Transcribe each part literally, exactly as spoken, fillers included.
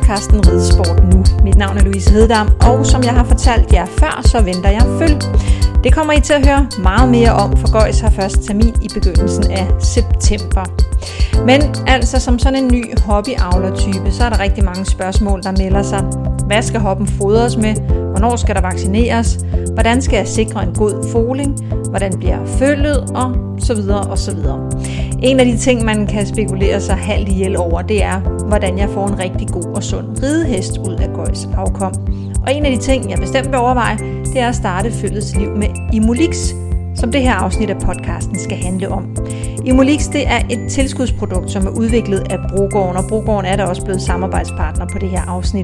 podcasten Ridesport Nu. Mit navn er Louise Heddam, og som jeg har fortalt jer før, så venter jeg følg. Det kommer I til at høre meget mere om, for Gøjs har først termin i begyndelsen af september. Men altså som sådan en ny hobby-avler-type, så er der rigtig mange spørgsmål, der melder sig. Hvad skal hoppen fodres med? Hvornår skal der vaccineres? Hvordan skal jeg sikre en god foling? Hvordan bliver følget? Og så videre og så videre. En af de ting, man kan spekulere sig halvt ihjel over, det er, hvordan jeg får en rigtig god og sund ridehest ud af Gøjs afkom. Og en af de ting, jeg bestemt vil overveje, det er at starte følgets liv med Imulix, som det her afsnit af podcasten skal handle om. Imulix, det er et tilskudsprodukt, som er udviklet af Brogården, og Brogården er der også blevet samarbejdspartner på det her afsnit.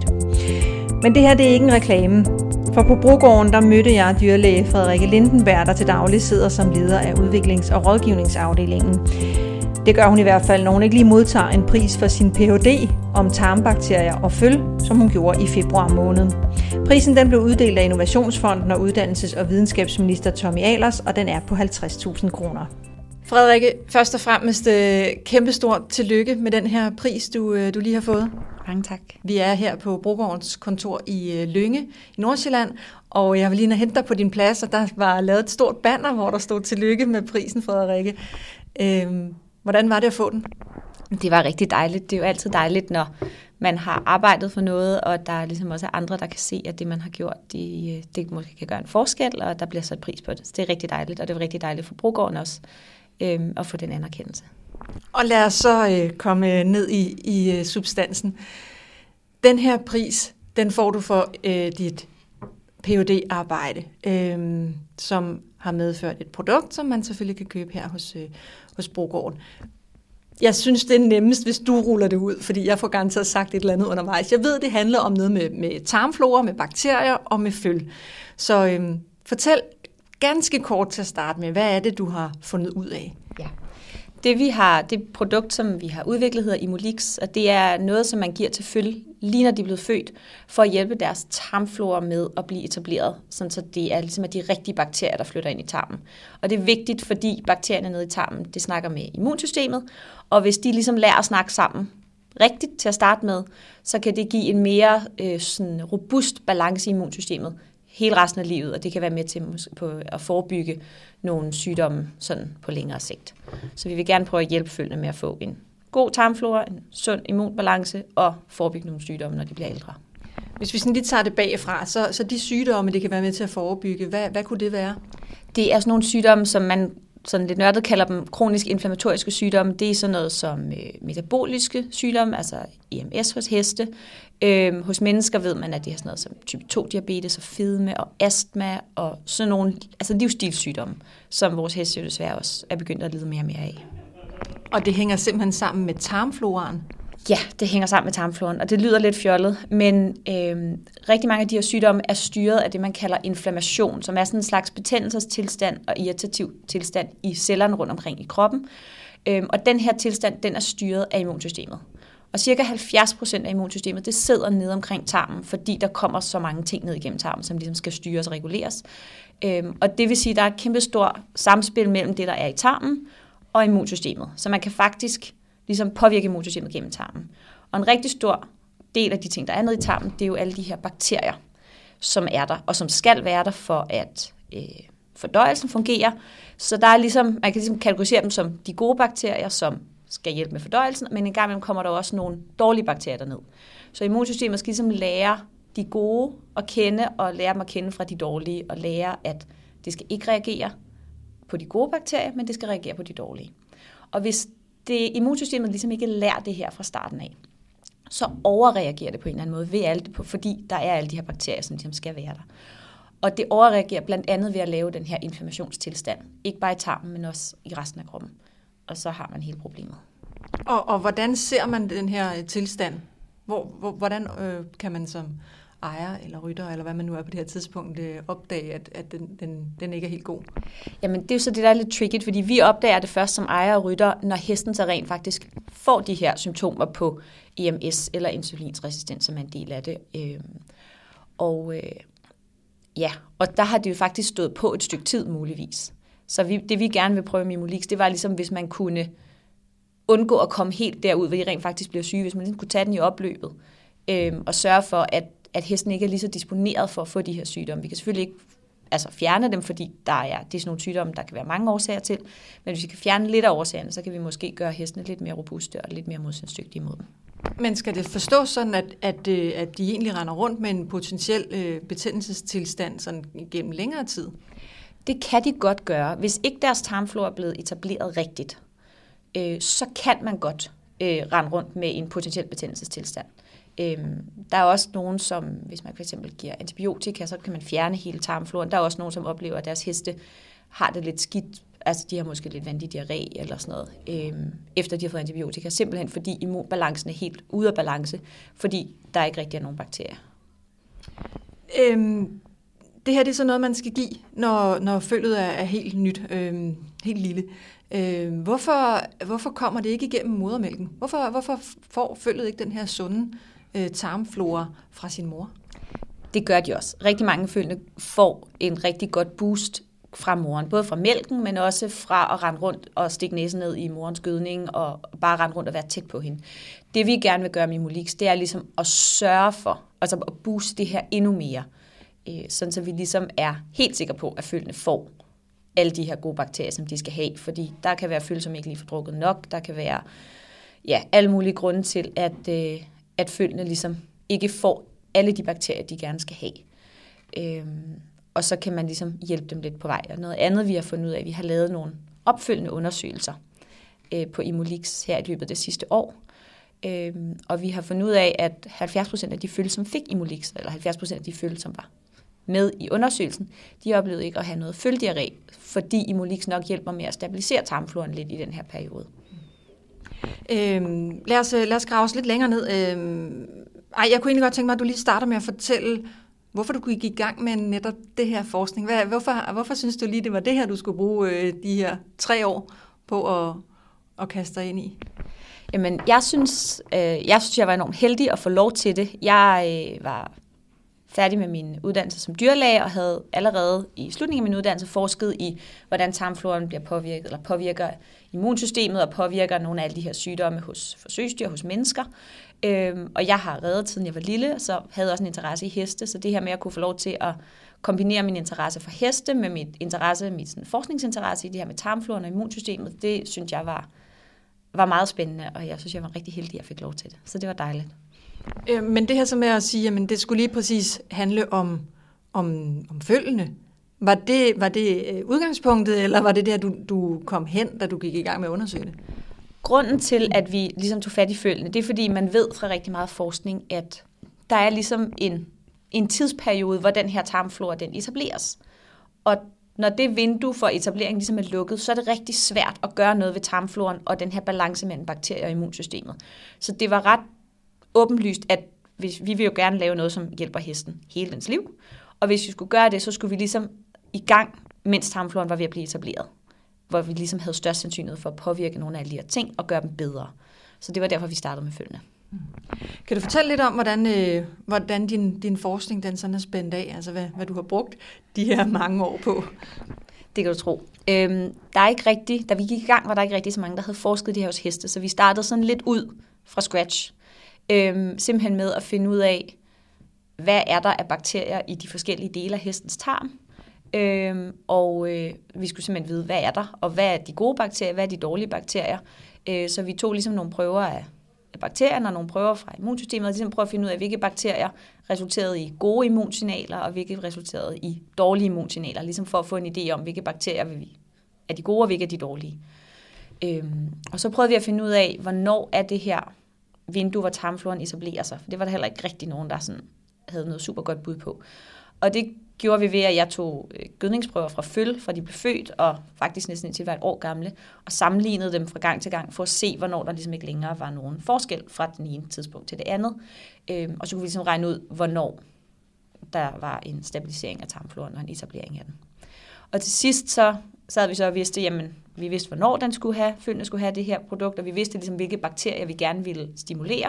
Men det her, det er ikke en reklame. For på Brogården, der mødte jeg dyrlæge Frederikke Lindenberg, der til daglig sidder som leder af udviklings- og rådgivningsafdelingen. Det gør hun i hvert fald, når hun ikke lige modtager en pris for sin P H D om tarmbakterier og føl, som hun gjorde i februar måned. Prisen den blev uddelt af Innovationsfonden og uddannelses- og videnskabsminister Tommy Ahlers, og den er på halvtreds tusind kroner. Frederikke, først og fremmest kæmpestort tillykke med den her pris, du, du lige har fået. Mange tak. Vi er her på Brogårdens kontor i Lynge i Nordsjælland, og jeg vil lige hente dig på din plads, og der var lavet et stort banner, hvor der stod tillykke med prisen, Frederikke. Øhm, hvordan var det at få den? Det var rigtig dejligt. Det er jo altid dejligt, når man har arbejdet for noget, og der er ligesom også andre, der kan se, at det, man har gjort, det, det måske kan gøre en forskel, og der bliver sat pris på det. Så det er rigtig dejligt, og det er rigtig dejligt for Brogården også øhm, at få den anerkendelse. Og lad os så øh, komme ned i, i substansen. Den her pris, den får du for øh, dit P H D-arbejde, øh, som har medført et produkt, som man selvfølgelig kan købe her hos, øh, hos Brogården. Jeg synes, det er nemmest, hvis du ruller det ud, fordi jeg får garanteret sagt et eller andet undervejs. Jeg ved, det handler om noget med, med tarmflora, med bakterier og med føl. Så øh, fortæl ganske kort til at starte med, hvad er det, du har fundet ud af? Ja. Det, vi har, det produkt, som vi har udviklet, hedder Imulix, og det er noget, som man giver til føl, lige når de er blevet født, for at hjælpe deres tarmflora med at blive etableret, sådan så det er ligesom de rigtige bakterier, der flytter ind i tarmen. Og det er vigtigt, fordi bakterierne nede i tarmen, det snakker med immunsystemet, og hvis de ligesom lærer at snakke sammen rigtigt til at starte med, så kan det give en mere øh, sådan robust balance i immunsystemet hele resten af livet, og det kan være med til at forebygge nogle sygdomme sådan på længere sigt. Så vi vil gerne prøve at hjælpe følgende med at få en god tarmflora, en sund immunbalance og forebygge nogle sygdomme, når de bliver ældre. Hvis vi sådan lige tager det bagfra, så, så de sygdomme, det kan være med til at forebygge, hvad, hvad kunne det være? Det er sådan nogle sygdomme, som man sådan lidt nørdet kalder dem kronisk inflammatoriske sygdomme. Det er sådan noget som øh, metaboliske sygdomme, altså I M S hos heste. Øhm, hos mennesker ved man, at det er sådan noget som type to diabetes og fedme og astma og sådan nogle altså livsstilssygdomme, som vores heste jo desværre også er begyndt at lide mere og mere af. Og det hænger simpelthen sammen med tarmfloraen? Ja, det hænger sammen med tarmfloraen, og det lyder lidt fjollet, men øhm, rigtig mange af de her sygdomme er styret af det, man kalder inflammation, som er sådan en slags betændelsestilstand og irritativ tilstand i cellerne rundt omkring i kroppen. Øhm, og den her tilstand, den er styret af immunsystemet. Og cirka halvfjerds procent af immunsystemet, det sidder nede omkring tarmen, fordi der kommer så mange ting ned igennem tarmen, som ligesom skal styres og reguleres. Øhm, og det vil sige, at der er et kæmpe stort samspil mellem det, der er i tarmen og immunsystemet. Så man kan faktisk ligesom påvirke immunsystemet gennem tarmen. Og en rigtig stor del af de ting, der er nede i tarmen, det er jo alle de her bakterier, som er der, og som skal være der for at øh, fordøjelsen fungerer. Så der er ligesom, man kan ligesom kategorisere dem som de gode bakterier, som skal hjælpe med fordøjelsen, men en gang imellem kommer der også nogle dårlige bakterier derned. Så immunsystemet skal ligesom lære de gode at kende, og lære dem at kende fra de dårlige, og lære, at det skal ikke reagere på de gode bakterier, men det skal reagere på de dårlige. Og hvis det immunsystemet ligesom ikke lærer det her fra starten af, så overreagerer det på en eller anden måde, ved alt det på, fordi der er alle de her bakterier, som ligesom skal være der. Og det overreagerer blandt andet ved at lave den her inflammationstilstand, ikke bare i tarmen, men også i resten af kroppen. Og så har man hele problemet. Og, og hvordan ser man den her tilstand? Hvor, hvor, hvordan øh, kan man som ejer eller rytter, eller hvad man nu er på det her tidspunkt, øh, opdage, at, at den, den, den ikke er helt god? Jamen, det er jo så det, der er lidt tricky, fordi vi opdager det først som ejer og rytter, når hesten så rent faktisk får de her symptomer på I M S eller insulinsresistens, som er en del af det. Øh, og øh, ja, og der har det jo faktisk stået på et stykke tid muligvis. Så vi, det vi gerne vil prøve med Imulix, det var ligesom, hvis man kunne undgå at komme helt derud, hvor I rent faktisk bliver syge, hvis man ligesom kunne tage den i opløbet, øhm, og sørge for, at, at hesten ikke er lige så disponeret for at få de her sygdomme. Vi kan selvfølgelig ikke altså fjerne dem, fordi der er, det er sådan nogle sygdomme, der kan være mange årsager til, men hvis vi kan fjerne lidt af årsagerne, så kan vi måske gøre hestene lidt mere robuste og lidt mere modstandsdygtige mod dem. Men skal det forstås sådan, at, at, at de egentlig render rundt med en potentiel øh, betændelsestilstand sådan gennem længere tid? Det kan de godt gøre. Hvis ikke deres tarmflora er blevet etableret rigtigt, øh, så kan man godt øh, rende rundt med en potentiel betændelsestilstand. Øh, der er også nogen, som, hvis man for eksempel giver antibiotika, så kan man fjerne hele tarmfloren. Der er også nogen, som oplever, at deres heste har det lidt skidt. Altså, de har måske lidt vandig diarré eller sådan noget, øh, efter de har fået antibiotika. Simpelthen fordi immunbalancen er helt ude af balance, fordi der ikke rigtig er nogen bakterier. Øhm, det her det er så noget, man skal give, når, når følget er, er helt nyt, øh, helt lille. Øh, hvorfor, hvorfor kommer det ikke igennem modermælken? Hvorfor, hvorfor får følget ikke den her sunde øh, tarmflora fra sin mor? Det gør de også. Rigtig mange følgende får en rigtig godt boost fra moren, både fra mælken, men også fra at rende rundt og stikke næsen ned i morens gødning og bare rende rundt og være tæt på hende. Det vi gerne vil gøre med Imulix, det er ligesom at sørge for, altså at booste det her endnu mere, sådan så vi ligesom er helt sikre på, at følgende får alle de her gode bakterier, som de skal have, fordi der kan være følge, som ikke lige får drukket nok, der kan være ja, alle mulige grunde til, at, at følgende ligesom ikke får alle de bakterier, de gerne skal have. Øhm, og så kan man ligesom hjælpe dem lidt på vej. Og noget andet, vi har fundet ud af, vi har lavet nogle opfølgende undersøgelser øh, på Imulix her i løbet af det sidste år. Øhm, og vi har fundet ud af, at halvfjerds procent af de følge, som fik Imulix, eller halvfjerds procent af de følge, som var med i undersøgelsen, de oplevede ikke at have noget følgediarré, fordi Imulix nok hjælper med at stabilisere tarmfloren lidt i den her periode. Øhm, lad, os, lad os grave os lidt længere ned. Øhm, ej, jeg kunne egentlig godt tænke mig, at du lige starter med at fortælle, hvorfor du gik i gang med netop det her forskning. Hvad, hvorfor, hvorfor synes du lige, det var det her, du skulle bruge øh, de her tre år på at, at kaste dig ind i? Jamen, jeg synes, øh, jeg synes, jeg var enormt heldig at få lov til det. Jeg øh, var færdig med min uddannelse som dyrlæge og havde allerede i slutningen af min uddannelse forsket i, hvordan tarmfloren bliver påvirket, eller påvirker immunsystemet og påvirker nogle af alle de her sygdomme hos forsøgsdyr, hos mennesker. Øhm, og jeg har reddet, siden jeg var lille, så havde jeg også en interesse i heste, så det her med at kunne få lov til at kombinere min interesse for heste med mit interesse, mit sådan, forskningsinteresse i det her med tarmfloren og immunsystemet, det synes jeg var, var meget spændende, og jeg synes, jeg var rigtig heldig, at jeg fik lov til det. Så det var dejligt. Øh, men det her så med at sige, at det skulle lige præcis handle om, om, om følgende, var det, var det udgangspunktet, eller var det der, du, du kom hen, da du gik i gang med at undersøge det? Grunden til, at vi ligesom tog fat i følgende, det er, fordi man ved fra rigtig meget forskning, at der er ligesom en, en tidsperiode, hvor den her tarmflora, den etableres. Og når det vindue for etablering ligesom er lukket, så er det rigtig svært at gøre noget ved tarmfloren og den her balance mellem bakterier og immunsystemet. Så det var ret åbenlyst, at hvis, vi vil jo gerne lave noget, som hjælper hesten hele dens liv. Og hvis vi skulle gøre det, så skulle vi ligesom i gang, mens tarmfloren var ved at blive etableret. Hvor vi ligesom havde størst sandsynlighed for at påvirke nogle af alle de her ting og gøre dem bedre. Så det var derfor, vi startede med følgende. Kan du fortælle lidt om, hvordan, øh, hvordan din, din forskning den sådan er spændt af? Altså, hvad, hvad du har brugt de her mange år på? Det kan du tro. Øhm, der er ikke rigtig, da vi gik i gang, var der ikke rigtig så mange, der havde forsket det her hos heste. Så vi startede sådan lidt ud fra scratch. Øhm, simpelthen med at finde ud af, hvad er der af bakterier i de forskellige dele af hestens tarm. Øhm, og øh, vi skulle simpelthen vide, hvad er der, og hvad er de gode bakterier, hvad er de dårlige bakterier. Øh, så vi tog ligesom nogle prøver af, af bakterierne og nogle prøver fra immunsystemet, og ligesom prøvede at finde ud af, hvilke bakterier resulterede i gode immunsignaler, og hvilke resulterede i dårlige immunsignaler, ligesom for at få en idé om, hvilke bakterier vi, er de gode, og hvilke er de dårlige. Øhm, og så prøvede vi at finde ud af, hvornår er det her vindue, hvor tarmfloren etablerer sig, for det var der heller ikke rigtig nogen, der sådan havde noget super godt bud på. Og det gjorde vi ved, at jeg tog gødningsprøver fra føl, fra de blev født, og faktisk næsten indtil de var et år gamle, og sammenlignede dem fra gang til gang, for at se, hvornår der ligesom ikke længere var nogen forskel fra den ene tidspunkt til det andet. Øhm, og så kunne vi ligesom regne ud, hvornår der var en stabilisering af tarmfloren og en etablering af den. Og til sidst så sad vi så og vidste, jamen, vi vidste, hvornår den skulle have, følgende skulle have det her produkt, og vi vidste ligesom, hvilke bakterier vi gerne ville stimulere.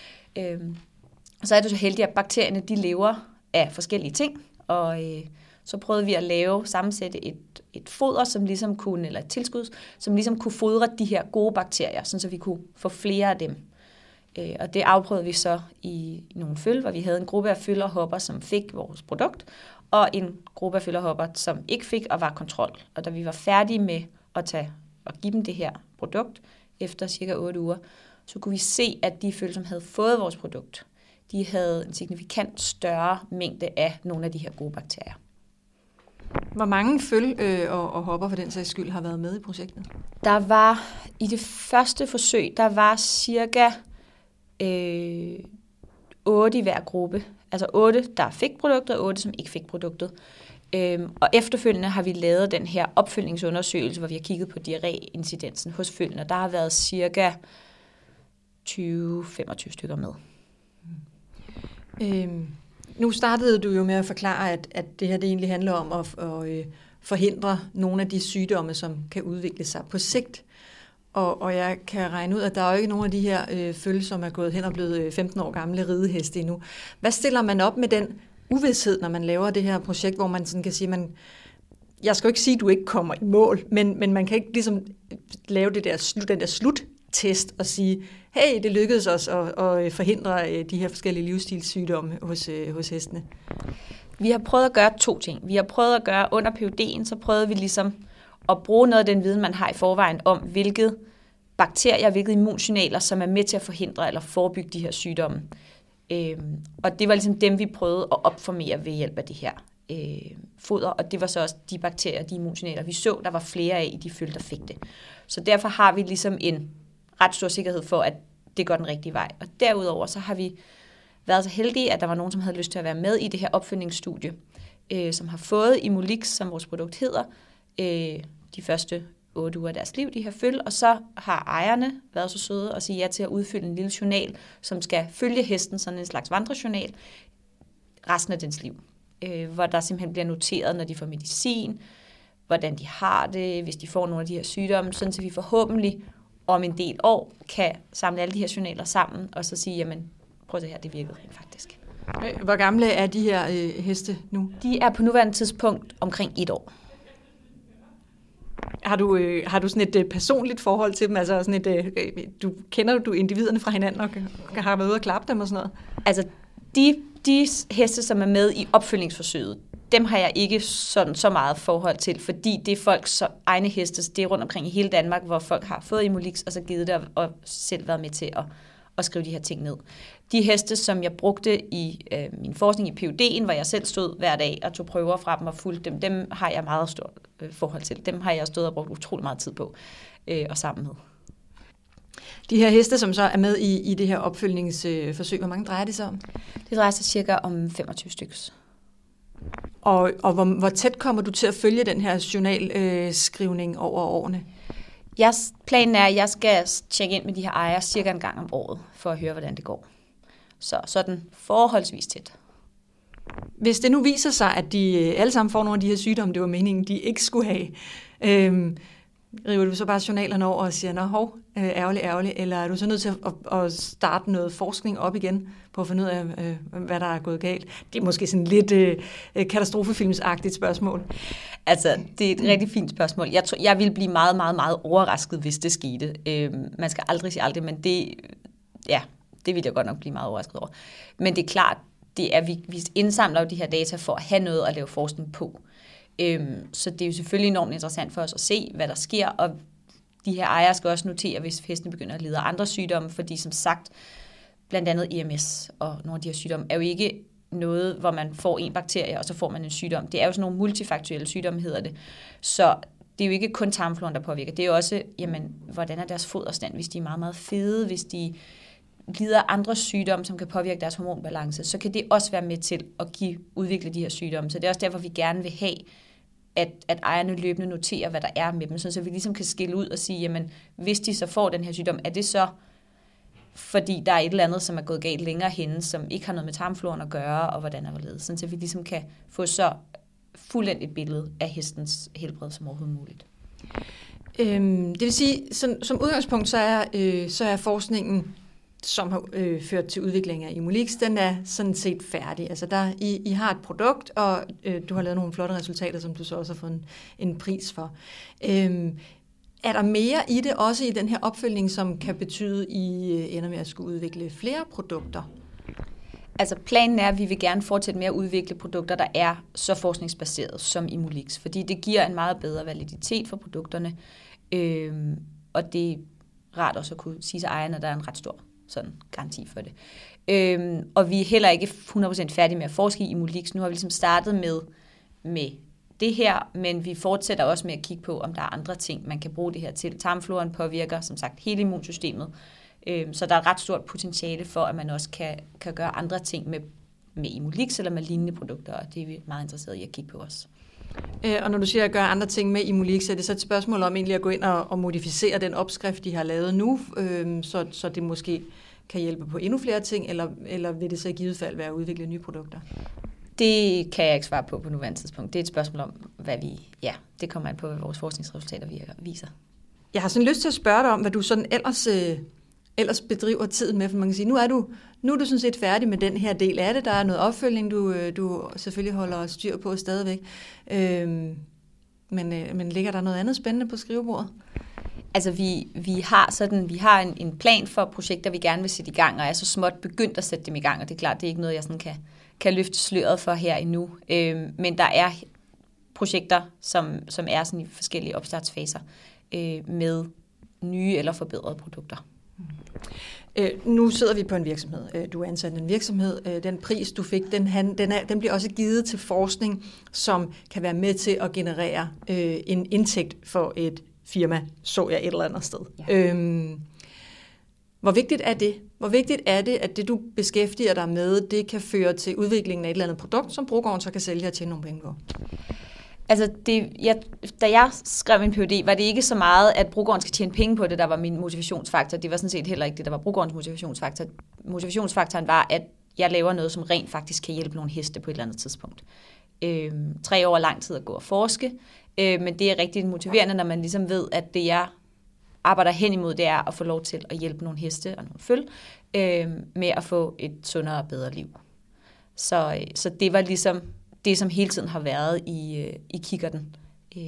Øhm, og så er det så heldigt, at bakterierne de lever af forskellige ting, og øh, så prøvede vi at lave, sammensætte et, et foder, som ligesom kunne, eller et tilskud, som ligesom kunne fodre de her gode bakterier, sådan så vi kunne få flere af dem. Øh, og det afprøvede vi så i nogle føl, hvor vi havde en gruppe af føl og hopper, som fik vores produkt, og en gruppe af føl og hopper, som ikke fik og var kontrol. Og da vi var færdige med at tage og give dem det her produkt efter cirka otte uger, så kunne vi se, at de føl, som havde fået vores produkt, de havde en signifikant større mængde af nogle af de her gode bakterier. Hvor mange føl øh, og, og hopper for den sags skyld har været med i projektet? Der var i det første forsøg, der var cirka øh, otte i hver gruppe. Altså otte, der fik produktet, og otte, som ikke fik produktet. Øhm, og efterfølgende har vi lavet den her opfølgningsundersøgelse, hvor vi har kigget på diarré-incidensen hos følgen, og der har været cirka tyve til femogtyve stykker med. Øhm, nu startede du jo med at forklare, at, at det her det egentlig handler om at, at, at forhindre nogle af de sygdomme, som kan udvikle sig på sigt. Og, og jeg kan regne ud, at der er jo ikke nogen af de her øh, følge, som er gået hen og blevet femten år gamle rideheste endnu. Hvad stiller man op med den uvidshed, når man laver det her projekt, hvor man sådan kan sige, man, jeg skal jo ikke sige, at du ikke kommer i mål, men, men man kan ikke ligesom lave det der, den der sluttest og sige, hey, det lykkedes os at, at forhindre de her forskellige livsstilssygdomme hos, hos hestene. Vi har prøvet at gøre to ting. Vi har prøvet at gøre under P H D'en, så prøvede vi ligesom at bruge noget af den viden, man har i forvejen om, hvilke bakterier, hvilke immunsignaler, som er med til at forhindre eller forebygge de her sygdomme. Øhm, og det var ligesom dem, vi prøvede at opformere ved hjælp af det her øh, foder, og det var så også de bakterier, de immunsignaler, vi så, der var flere af i de følge, der fik det. Så derfor har vi ligesom en ret stor sikkerhed for, at det går den rigtige vej. Og derudover så har vi været så heldige, at der var nogen, som havde lyst til at være med i det her opfølgningsstudie, øh, som har fået Imulix, som vores produkt hedder, øh, de første otte uger af deres liv, de her følge, og så har ejerne været så søde at sige ja til at udfylde en lille journal, som skal følge hesten, sådan en slags vandrejournal, resten af dens liv. Øh, hvor der simpelthen bliver noteret, når de får medicin, hvordan de har det, hvis de får nogle af de her sygdomme, sådan så vi forhåbentlig om en del år kan samle alle de her journaler sammen, og så sige, jamen, prøv det her, det virkede rent faktisk. Hvor gamle er de her øh, heste nu? De er på nuværende tidspunkt omkring et år. Har du, øh, har du sådan et øh, personligt forhold til dem? Altså sådan et, øh, du, kender du individerne fra hinanden og har været ude og klappe dem og sådan noget? Altså, de, de heste, som er med i opfølgningsforsøget, dem har jeg ikke sådan så meget forhold til, fordi det er folks egne heste, det er rundt omkring i hele Danmark, hvor folk har fået Imulix, og så givet det og, og selv været med til at, at skrive de her ting ned. De heste, som jeg brugte i øh, min forskning i P H D'en, hvor jeg selv stod hver dag og tog prøver fra dem og fulgte dem, dem har jeg meget stort øh, forhold til. Dem har jeg stået og brugt utrolig meget tid på øh, og sammen med. De her heste, som så er med i, i det her opfølgningsforsøg, hvor mange drejer det sig om? Det drejer sig cirka om femogtyve stykker. Og, og hvor, hvor tæt kommer du til at følge den her journalskrivning øh, over årene? Yes, planen er, at jeg skal tjekke ind med de her ejere cirka en gang om året, for at høre, hvordan det går. Så sådan forholdsvis tæt. Hvis det nu viser sig, at de alle sammen får nogle af de her sygdomme, det var meningen, de ikke skulle have, øh, river du så bare journalerne over og siger, nå hov, ærgerligt, ærgerligt, eller er du så nødt til at, at starte noget forskning op igen, på at finde ud af, hvad der er gået galt? Det er måske sådan lidt øh, katastrofefilmsagtigt spørgsmål. Altså, det er et rigtig fint spørgsmål. Jeg tror, jeg ville blive meget, meget, meget overrasket, hvis det skete. Øh, man skal aldrig sige aldrig, men det, ja, det ville jeg godt nok blive meget overrasket over. Men det er klart, det er, vi, vi indsamler jo de her data for at have noget at lave forskning på. Øhm, så det er jo selvfølgelig enormt interessant for os at se, hvad der sker, og de her ejere skal også notere, hvis hestene begynder at lide af andre sygdomme, fordi som sagt, blandt andet I M S og nogle af de her sygdomme, er jo ikke noget, hvor man får en bakterie, og så får man en sygdom. Det er jo sådan nogle multifaktuelle sygdomme, hedder det. Så det er jo ikke kun tarmfloren, der påvirker. Det er jo også, jamen, hvordan er deres foderstand, hvis de er meget, meget fede, hvis de lider af andre sygdomme, som kan påvirke deres hormonbalance, så kan det også være med til at give, udvikle de her sygdomme. Så det er også derfor, vi gerne vil have, at, at ejerne løbende noterer, hvad der er med dem, så vi ligesom kan skille ud og sige, jamen, hvis de så får den her sygdom, er det så, fordi der er et eller andet, som er gået galt længere henne, som ikke har noget med tarmfloren at gøre, og hvordan er det, sådan så vi ligesom kan få så fuldendt et billede af hestens helbred som overhovedet muligt. Øhm, det vil sige, som, som udgangspunkt, så er, øh, så er forskningen, som har øh, ført til udvikling af Imulix, den er sådan set færdig. Altså der, I, I har et produkt, og øh, du har lavet nogle flotte resultater, som du så også har fået en, en pris for. Øhm, Er der mere i det, også i den her opfølgning, som kan betyde, at I ender med at skulle udvikle flere produkter? Altså planen er, at vi vil gerne fortsætte med at udvikle produkter, der er så forskningsbaseret som Imulix, fordi det giver en meget bedre validitet for produkterne, øhm, og det er rart også at kunne sige til ejerne, at der er en ret stor sådan garanti for det. Øhm, og vi er heller ikke hundrede procent færdige med at forske i Imulix. Nu har vi ligesom startet med, med det her, men vi fortsætter også med at kigge på, om der er andre ting, man kan bruge det her til. Tarmfloren påvirker, som sagt, hele immunsystemet, øhm, så der er et ret stort potentiale for, at man også kan, kan gøre andre ting med, med Imulix eller med lignende produkter, og det er vi meget interesserede i at kigge på også. Og når du siger at gøre andre ting med Imulix, er det så et spørgsmål om egentlig at gå ind og, og modificere den opskrift, de har lavet nu, øhm, så, så det måske kan hjælpe på endnu flere ting, eller, eller vil det så i givet fald være at udvikle nye produkter? Det kan jeg ikke svare på på nuværende tidspunkt. Det er et spørgsmål om, hvad vi... Ja, det kommer an på, hvad vores forskningsresultater viser. Jeg har sådan lyst til at spørge dig om, hvad du sådan ellers, øh, ellers bedriver tiden med, for man kan sige, nu er du, nu er du sådan set færdig med den her del af det. Der er noget opfølgning, du, du selvfølgelig holder styr på stadigvæk. Øh, men, øh, men ligger der noget andet spændende på skrivebordet? Altså vi, vi har, sådan, vi har en, en plan for projekter, vi gerne vil sætte i gang, og er så småt begyndt at sætte dem i gang, og det er klart, det er ikke noget, jeg sådan kan, kan løfte sløret for her endnu. Øhm, men der er projekter, som, som er sådan i forskellige opstartsfaser øh, med nye eller forbedrede produkter. Øh, nu sidder vi på en virksomhed. Du er ansat i en virksomhed. Den pris, du fik, den, den, er, den bliver også givet til forskning, som kan være med til at generere øh, en indtægt for et firma, så jeg et eller andet sted. Ja. Øhm, hvor vigtigt er det? Hvor vigtigt er det, at det, du beskæftiger dig med, det kan føre til udviklingen af et eller andet produkt, som brugeren så kan sælge og tjene nogle penge på? Altså, det, jeg, da jeg skrev min P H D, var det ikke så meget, at brugeren skal tjene penge på det, der var min motivationsfaktor. Det var sådan set heller ikke det, der var brugerens motivationsfaktor. Motivationsfaktoren var, at jeg laver noget, som rent faktisk kan hjælpe nogle heste på et eller andet tidspunkt. Øhm, tre år er lang tid at gå og forske, øh, men det er rigtig motiverende, når man ligesom ved, at det jeg arbejder hen imod, det er at få lov til at hjælpe nogle heste og nogle føl øh, med at få et sundere og bedre liv. Så, så det var ligesom det, som hele tiden har været i, i kikkerten. Øh,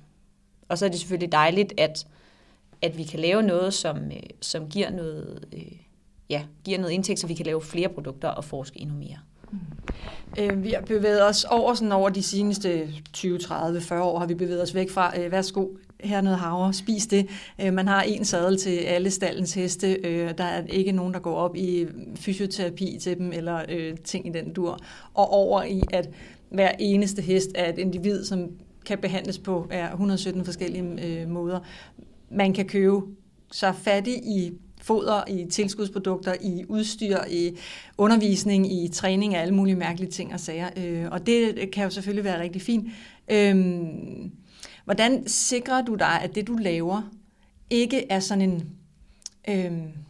og så er det selvfølgelig dejligt, at, at vi kan lave noget, som, øh, som giver noget, øh, ja, giver noget indtægt, så vi kan lave flere produkter og forske endnu mere. Mm. Øh, vi har bevæget os over, sådan over de seneste tyve, tredive, fyrre år, har vi bevæget os væk fra, øh, værsgo, her noget havre, spis det. Øh, man har en sadel til alle staldens heste. Øh, der er ikke nogen, der går op i fysioterapi til dem, eller øh, ting i den dur. Og over i, at hver eneste hest er et individ, som kan behandles på er et hundrede og sytten forskellige øh, måder. Man kan købe sig fattig i foder, i tilskudsprodukter, i udstyr, i undervisning, i træning af alle mulige mærkelige ting og sager. Øh, og det kan jo selvfølgelig være rigtig fint. Øh, hvordan sikrer du dig, at det, du laver, ikke er sådan en... Øh,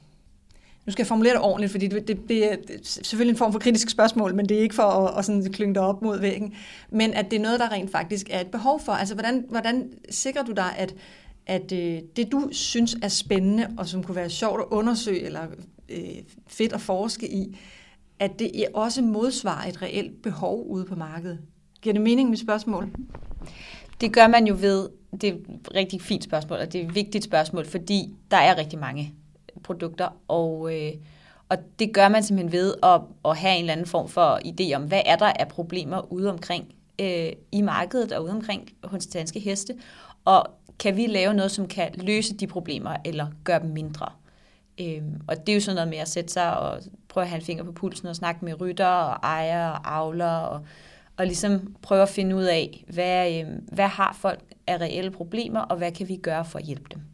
nu skal jeg formulere det ordentligt, fordi det, det, det er selvfølgelig en form for kritisk spørgsmål, men det er ikke for at, at sådan klynge dig op mod væggen. Men at det er noget, der rent faktisk er et behov for. Altså, hvordan, hvordan sikrer du dig, at at øh, det, du synes er spændende, og som kunne være sjovt at undersøge, eller øh, fedt at forske i, at det også modsvarer et reelt behov ude på markedet? Giver det mening med spørgsmål? Det gør man jo ved, det er et rigtig fint spørgsmål, og det er et vigtigt spørgsmål, fordi der er rigtig mange produkter, og, øh, og det gør man simpelthen ved at, at have en eller anden form for idé om, hvad er der af problemer ude omkring øh, i markedet og ude omkring hos danske heste, og kan vi lave noget, som kan løse de problemer, eller gøre dem mindre? Øhm, og det er jo sådan noget med at sætte sig og prøve at have en finger på pulsen og snakke med rytter og ejere og avlere, og, og ligesom prøve at finde ud af, hvad, øhm, hvad har folk af reelle problemer, og hvad kan vi gøre for at hjælpe dem?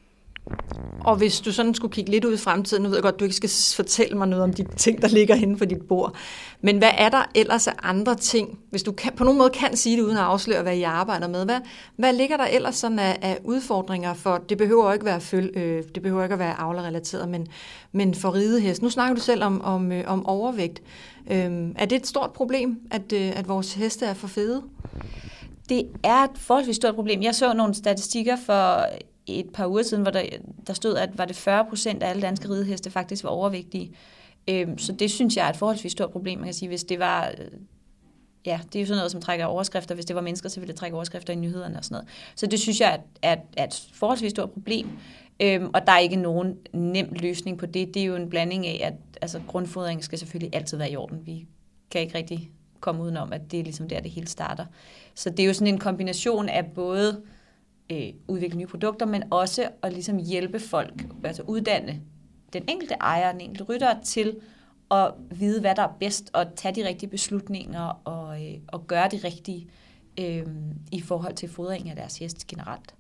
Og hvis du sådan skulle kigge lidt ud i fremtiden, nu ved jeg godt, du ikke skal fortælle mig noget om de ting, der ligger henne på dit bord, men hvad er der ellers af andre ting, hvis du kan, på nogen måde kan sige det uden at afsløre, hvad I arbejder med? Hvad, hvad ligger der ellers sådan af, af udfordringer for, det behøver ikke være føl, øh, det behøver ikke at være avlerrelateret, men, men for ridehest. Nu snakker du selv om, om, øh, om overvægt. Øh, er det et stort problem, at, øh, at vores heste er for fede? Det er et forholdsvis stort problem. Jeg så nogle statistikker for et par uger siden, hvor der, der stod, at var det fyrre procent af alle danske rideheste faktisk var overvægtige. Øhm, så det synes jeg er et forholdsvis stort problem. Man kan sige, hvis det var ja, det er jo sådan noget, som trækker overskrifter. Hvis det var mennesker, så ville det trække overskrifter i nyhederne og sådan noget. Så det synes jeg er, er, er et forholdsvis stort problem. Øhm, og der er ikke nogen nem løsning på det. Det er jo en blanding af, at altså, grundfodring skal selvfølgelig altid være i orden. Vi kan ikke rigtig komme udenom, at det er ligesom der, det hele starter. Så det er jo sådan en kombination af både øh, udvikle nye produkter, men også at ligesom hjælpe folk, altså uddanne den enkelte ejer, den enkelte rytter til at vide, hvad der er bedst, og tage de rigtige beslutninger og, øh, og gøre det rigtige øh, i forhold til fodring af deres hest generelt.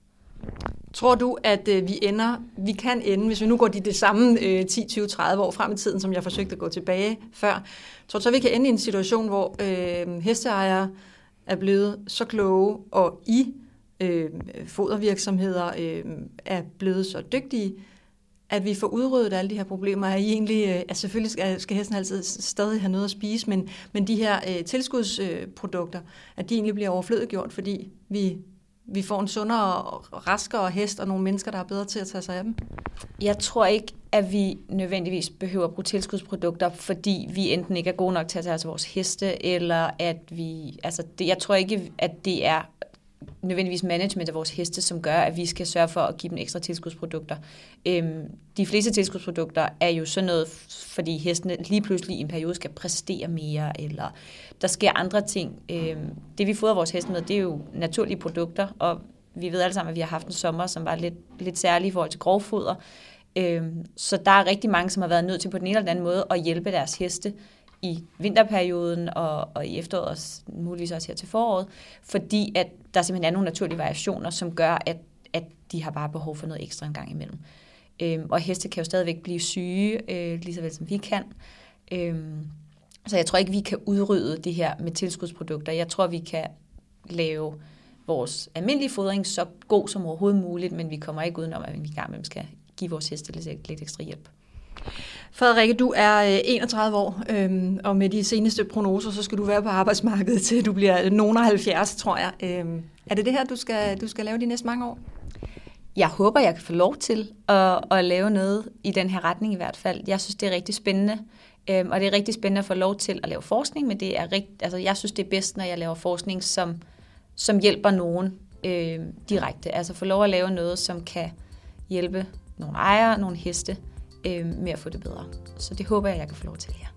Tror du, at øh, vi ender, vi kan ende, hvis vi nu går de det samme øh, ti, tyve, tredive år frem i tiden, som jeg forsøgte at gå tilbage før, tror du så, vi kan ende i en situation, hvor øh, hesteejere er blevet så kloge, og I øh, fodervirksomheder øh, er blevet så dygtige, at vi får udryddet alle de her problemer? Er I egentlig, øh, altså selvfølgelig skal, skal hesten altid stadig have noget at spise, men, men de her øh, tilskudsprodukter, at de egentlig bliver overflødiggjort, fordi vi vi får en sundere og raskere hest og nogle mennesker, der er bedre til at tage sig af dem? Jeg tror ikke, at vi nødvendigvis behøver at bruge tilskudsprodukter, fordi vi enten ikke er gode nok til at tage os af vores heste, eller at vi, altså det, jeg tror ikke, at det er nødvendigvis management af vores heste, som gør, at vi skal sørge for at give dem ekstra tilskudsprodukter. Øhm, de fleste tilskudsprodukter er jo sådan noget, fordi hestene lige pludselig i en periode skal præstere mere, eller der sker andre ting. Øhm, det vi fodrer vores heste med, det er jo naturlige produkter, og vi ved alle sammen, at vi har haft en sommer, som var lidt, lidt særlig i forhold til grovfoder. Øhm, så der er rigtig mange, som har været nødt til på den ene eller den anden måde at hjælpe deres heste i vinterperioden og, og i efteråret, og muligvis også her til foråret, fordi at der simpelthen er nogle naturlige variationer, som gør, at, at de har bare behov for noget ekstra en gang imellem. Øhm, og heste kan jo stadigvæk blive syge, øh, lige så vel som vi kan. Øhm, så jeg tror ikke, vi kan udrydde det her med tilskudsprodukter. Jeg tror, vi kan lave vores almindelige fodring så god som overhovedet muligt, men vi kommer ikke udenom, at vi i gang med skal give vores heste lidt, lidt ekstra hjælp. Frederikke, du er enogtredive år, øhm, og med de seneste prognoser, så skal du være på arbejdsmarkedet til du bliver nogen af halvfjerds, tror jeg. Øhm, er det det her, du skal, du skal lave de næste mange år? Jeg håber, jeg kan få lov til at, at lave noget i den her retning i hvert fald. Jeg synes, det er rigtig spændende, øhm, og det er rigtig spændende at få lov til at lave forskning, men det er rigt, altså, jeg synes, det er bedst, når jeg laver forskning, som, som hjælper nogen øhm, direkte. Altså få lov at lave noget, som kan hjælpe nogle ejere, nogle heste, med at få det bedre. Så det håber jeg, jeg kan få lov til her.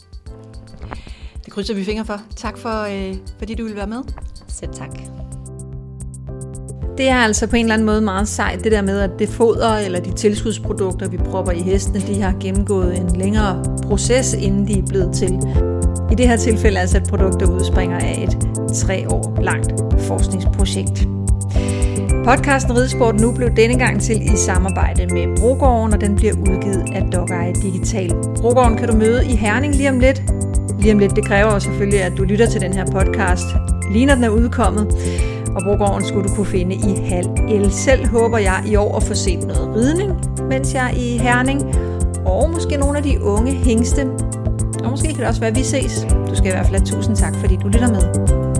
Det krydser vi fingre for. Tak for, øh, fordi du ville være med. Selv tak. Det er altså på en eller anden måde meget sejt, det der med, at det foder eller de tilskudsprodukter, vi propper i hestene, de har gennemgået en længere proces, inden de er blevet til. I det her tilfælde altså et produkt, der udspringer af et tre år langt forskningsprojekt. Podcasten Ridesport Nu blev denne gang til i samarbejde med Brogården, og den bliver udgivet af Dog-Eye Digital. Brogården kan du møde i Herning lige om lidt. Lige om lidt, det kræver selvfølgelig, at du lytter til den her podcast, lige når den er udkommet. Og Brogården skulle du kunne finde i halv el. Selv håber jeg i år at få set noget ridning, mens jeg er i Herning. Og måske nogle af de unge hængste. Og måske kan det også være, at vi ses. Du skal i hvert fald have tusind tak, fordi du lytter med.